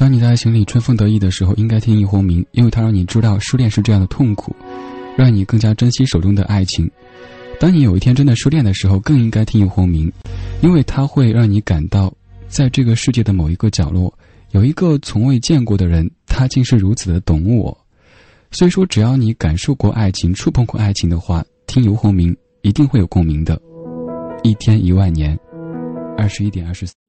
当你在心里春风得意的时候，应该听俞洪明，因为它让你知道失恋是这样的痛苦，让你更加珍惜手中的爱情。当你有一天真的失恋的时候，更应该听俞洪明，因为它会让你感到在这个世界的某一个角落有一个从未见过的人，他竟是如此的懂我。所以说只要你感受过爱情，触碰过爱情的话，听俞洪明一定会有共鸣的。一天1万年，21点24。